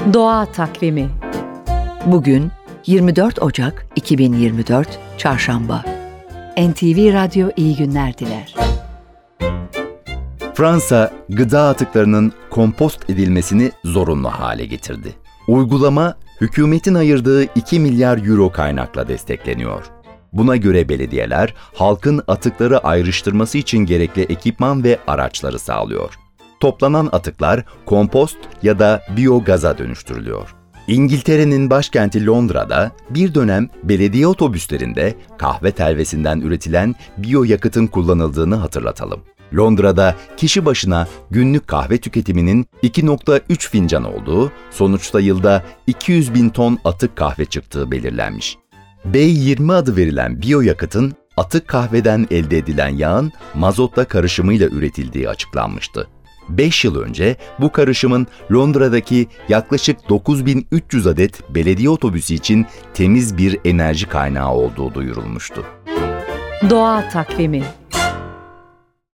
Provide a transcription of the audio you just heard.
Doğa Takvimi. Bugün 24 Ocak 2024 Çarşamba. NTV Radyo iyi günler diler. Fransa, gıda atıklarının kompost edilmesini zorunlu hale getirdi. Uygulama, hükümetin ayırdığı 2 milyar euro kaynakla destekleniyor. Buna göre belediyeler, halkın atıkları ayrıştırması için gerekli ekipman ve araçları sağlıyor. Toplanan atıklar kompost ya da biyogaza dönüştürülüyor. İngiltere'nin başkenti Londra'da bir dönem belediye otobüslerinde kahve telvesinden üretilen biyoyakıtın kullanıldığını hatırlatalım. Londra'da kişi başına günlük kahve tüketiminin 2,3 fincan olduğu, sonuçta yılda 200 bin ton atık kahve çıktığı belirlenmiş. B20 adı verilen biyoyakıtın atık kahveden elde edilen yağın mazotla karışımıyla üretildiği açıklanmıştı. 5 yıl önce bu karışımın Londra'daki yaklaşık 9300 adet belediye otobüsü için temiz bir enerji kaynağı olduğu duyurulmuştu. Doğa Takvimi.